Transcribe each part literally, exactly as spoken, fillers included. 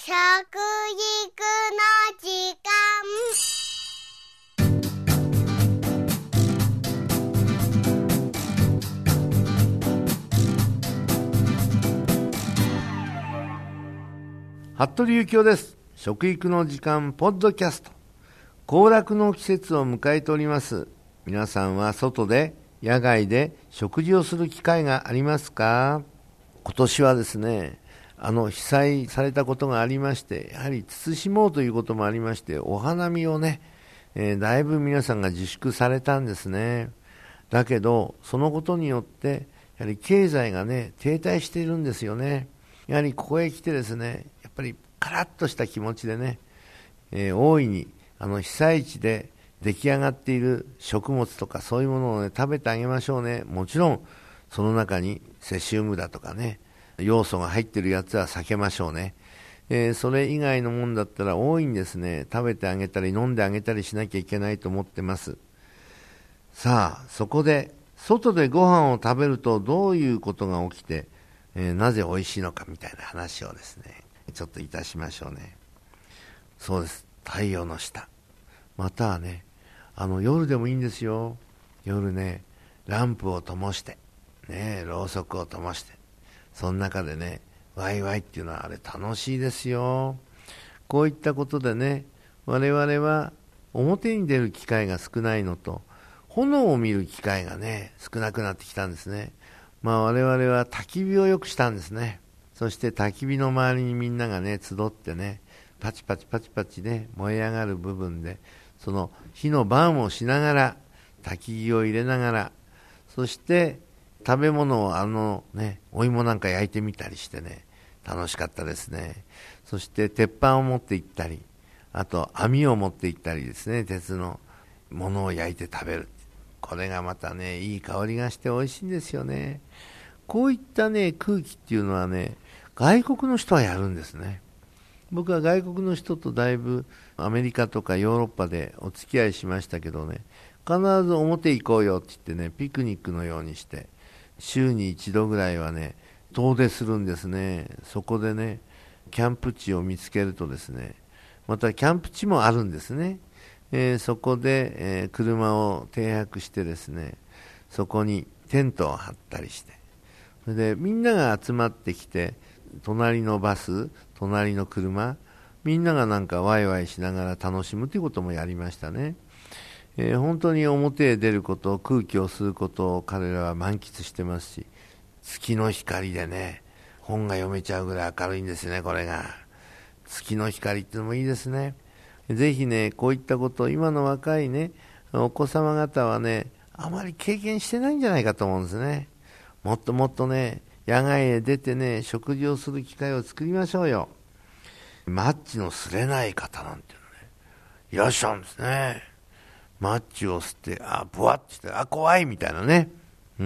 食育の時間。 服部幸男です。食育の時間ポッドキャスト。行楽の季節を迎えております。皆さんは外で野外で食事をする機会がありますか？今年はですね、あの被災されたことがありまして、やはり慎もうということもありまして、お花見をね、えー、だいぶ皆さんが自粛されたんですね。だけどそのことによってやはり経済がね停滞しているんですよね。やはりここへ来てですね、やっぱりカラッとした気持ちでね、えー、大いにあの被災地で出来上がっている食物とかそういうものを、ね、食べてあげましょうね。もちろんその中にセシウムだとかね、要素が入っているやつは避けましょうね。えー、それ以外のもんだったら大いにですね、食べてあげたり飲んであげたりしなきゃいけないと思ってます。さあ、そこで外でご飯を食べるとどういうことが起きて、えー、なぜ美味しいのかみたいな話をですね、ちょっといたしましょうね。そうです。太陽の下、またはね、あの夜でもいいんですよ。夜ね、ランプを灯してね、ろうそくを灯して、その中でね、ワイワイっていうのはあれ楽しいですよ。こういったことでね、我々は表に出る機会が少ないのと、炎を見る機会がね少なくなってきたんですね。まあ我々は焚き火をよくしたんですね。そして焚き火の周りにみんながね集ってね、パチパチパチパチね燃え上がる部分で、その火の番をしながら、焚き木を入れながら、そして食べ物をあのねお芋なんか焼いてみたりしてね、楽しかったですね。そして鉄板を持って行ったり、あと網を持って行ったりですね、鉄のものを焼いて食べる。これがまたねいい香りがして美味しいんですよね。こういったね空気っていうのはね、外国の人はやるんですね。僕は外国の人とだいぶアメリカとかヨーロッパでお付き合いしましたけどね、必ず表行こうよって言ってね、ピクニックのようにして週に一度ぐらいはね遠出するんですね。そこでねキャンプ地を見つけるとですね、またキャンプ地もあるんですね。えー、そこで、えー、車を停泊してですね、そこにテントを張ったりして、それでみんなが集まってきて、隣のバス、隣の車、みんながなんかワイワイしながら楽しむということもやりましたね。えー、本当に表へ出ること、空気を吸うことを彼らは満喫してますし、月の光でね本が読めちゃうぐらい明るいんですね。これが月の光ってのもいいですね。ぜひねこういったことを今の若いねお子様方はねあまり経験してないんじゃないかと思うんですね。もっともっとね野外へ出てね食事をする機会を作りましょうよ。マッチの吸れない方なんていうのねいらっしゃるんですね。マッチを吸ってあブワッとしてあ怖いみたいなね、うん、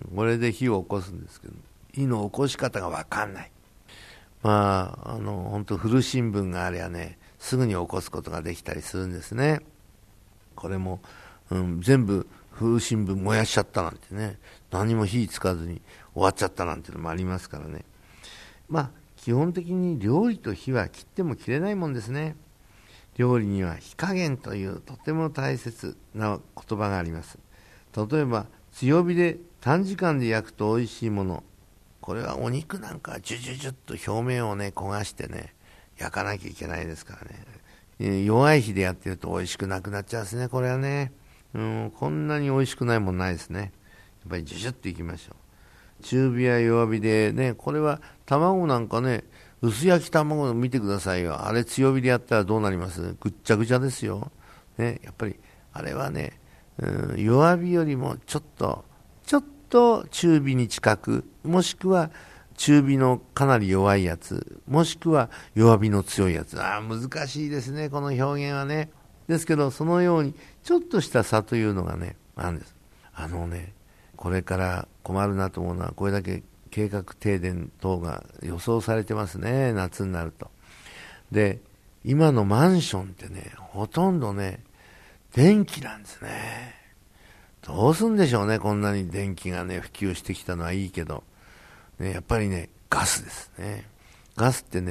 これで火を起こすんですけど、火の起こし方が分かんない。まああの本当古新聞があればねすぐに起こすことができたりするんですね。これも、うん、全部古新聞燃やしちゃったなんてね、何も火つかずに終わっちゃったなんていうのもありますからね。まあ基本的に料理と火は切っても切れないもんですね。料理には火加減というとても大切な言葉があります。例えば強火で短時間で焼くと美味しいもの、これはお肉なんかジュジュジュッと表面をね焦がしてね焼かなきゃいけないですからね、えー、弱い火でやってると美味しくなくなっちゃうんですね。これはね、うん、こんなに美味しくないもんないですね。やっぱりジュジュッといきましょう。中火や弱火でね、これは卵なんかね薄焼き卵を見てくださいよ。あれ強火でやったらどうなります？ぐっちゃぐちゃですよ、ね、やっぱりあれはね、うん、弱火よりもちょっとちょっと中火に近く、もしくは中火のかなり弱いやつ、もしくは弱火の強いやつ。ああ難しいですねこの表現はね。ですけどそのようにちょっとした差というのがねあるんです。あのねこれから困るなと思うのは、これだけ計画停電等が予想されてますね、夏になると。で今のマンションってねほとんどね電気なんですね。どうすんでしょうね、こんなに電気がね普及してきたのはいいけど、ね、やっぱりねガスですね。ガスってね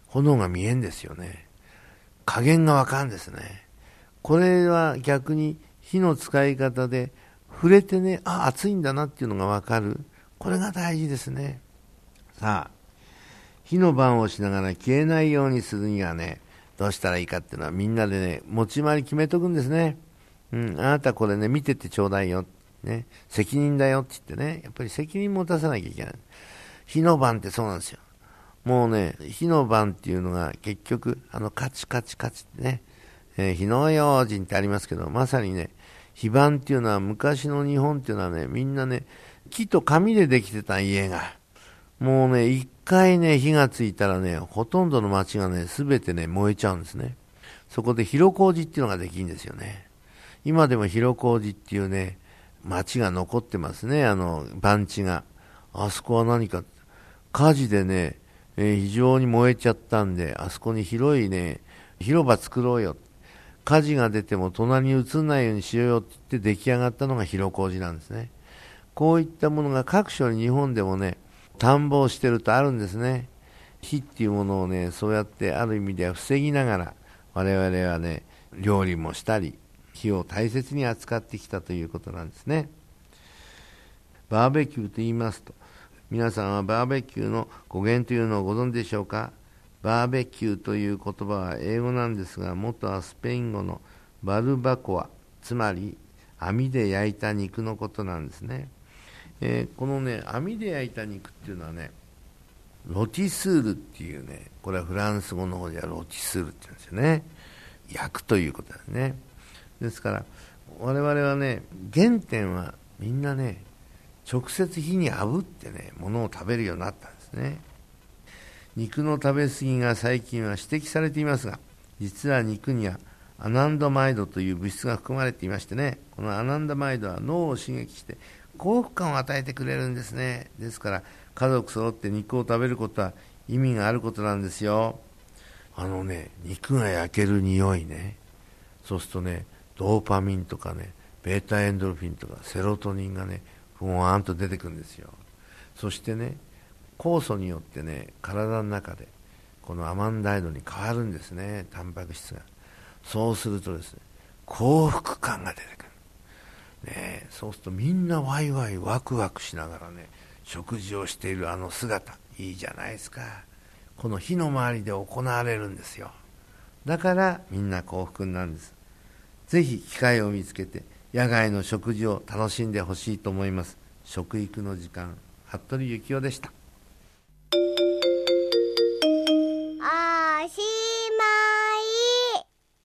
炎が見えんですよね。加減がわかんですね。これは逆に火の使い方で触れてね、あ、熱いんだなっていうのがわかる。これが大事ですね。さあ、火の番をしながら消えないようにするにはね、どうしたらいいかっていうのはみんなでね、持ち回り決めとくんですね。うん、あなたこれね、見ててちょうだいよ。ね、責任だよって言ってね、やっぱり責任持たさなきゃいけない。火の番ってそうなんですよ。もうね、火の番っていうのが結局、あのカチカチカチってね、えー、火の用心ってありますけど、まさにね、火番っていうのは昔の日本っていうのはね、みんなね、木と紙でできてた家が、もうね、一回ね、火がついたらね、ほとんどの町がね、すべてね、燃えちゃうんですね。そこで広小路っていうのができるんですよね。今でも広小路っていうね、町が残ってますね、あの、番地が。あそこは何か、火事でね、えー、非常に燃えちゃったんで、あそこに広いね、広場作ろうよ。火事が出ても隣に移んないようにしようよって言って出来上がったのが広小路なんですね。こういったものが各所に日本でもね、探訪してるとあるんですね。火っていうものをね、そうやってある意味では防ぎながら、我々はね、料理もしたり、火を大切に扱ってきたということなんですね。バーベキューと言いますと、皆さんはバーベキューの語源というのをご存知でしょうか。バーベキューという言葉は英語なんですが、元はスペイン語のバルバコア、つまり網で焼いた肉のことなんですね。えー、このね、網で焼いた肉っていうのはね、ロティスールっていうね、これはフランス語の方ではロティスールって言うんですよね。焼くということですね。ですから我々はね、原点はみんなね、直接火に炙ってね、物を食べるようになったんですね。肉の食べ過ぎが最近は指摘されていますが、実は肉にはアナンドマイドという物質が含まれていましてね、このアナンドマイドは脳を刺激して幸福感を与えてくれるんですね。ですから家族揃って肉を食べることは意味があることなんですよ。あのね、肉が焼ける匂いね、そうするとね、ドーパミンとかね、ベータエンドルフィンとかセロトニンがね、ふわーんと出てくるんですよ。そしてね、酵素によってね、体の中でこのアマンダイドに変わるんですね、タンパク質が。そうするとですね、幸福感が出てくる、ね、そうするとみんなワイワイワクワクしながらね、食事をしているあの姿、いいじゃないですか。この火の周りで行われるんですよ。だからみんな幸福なんです。ぜひ機会を見つけて野外の食事を楽しんでほしいと思います。食育の時間、服部幸男でした。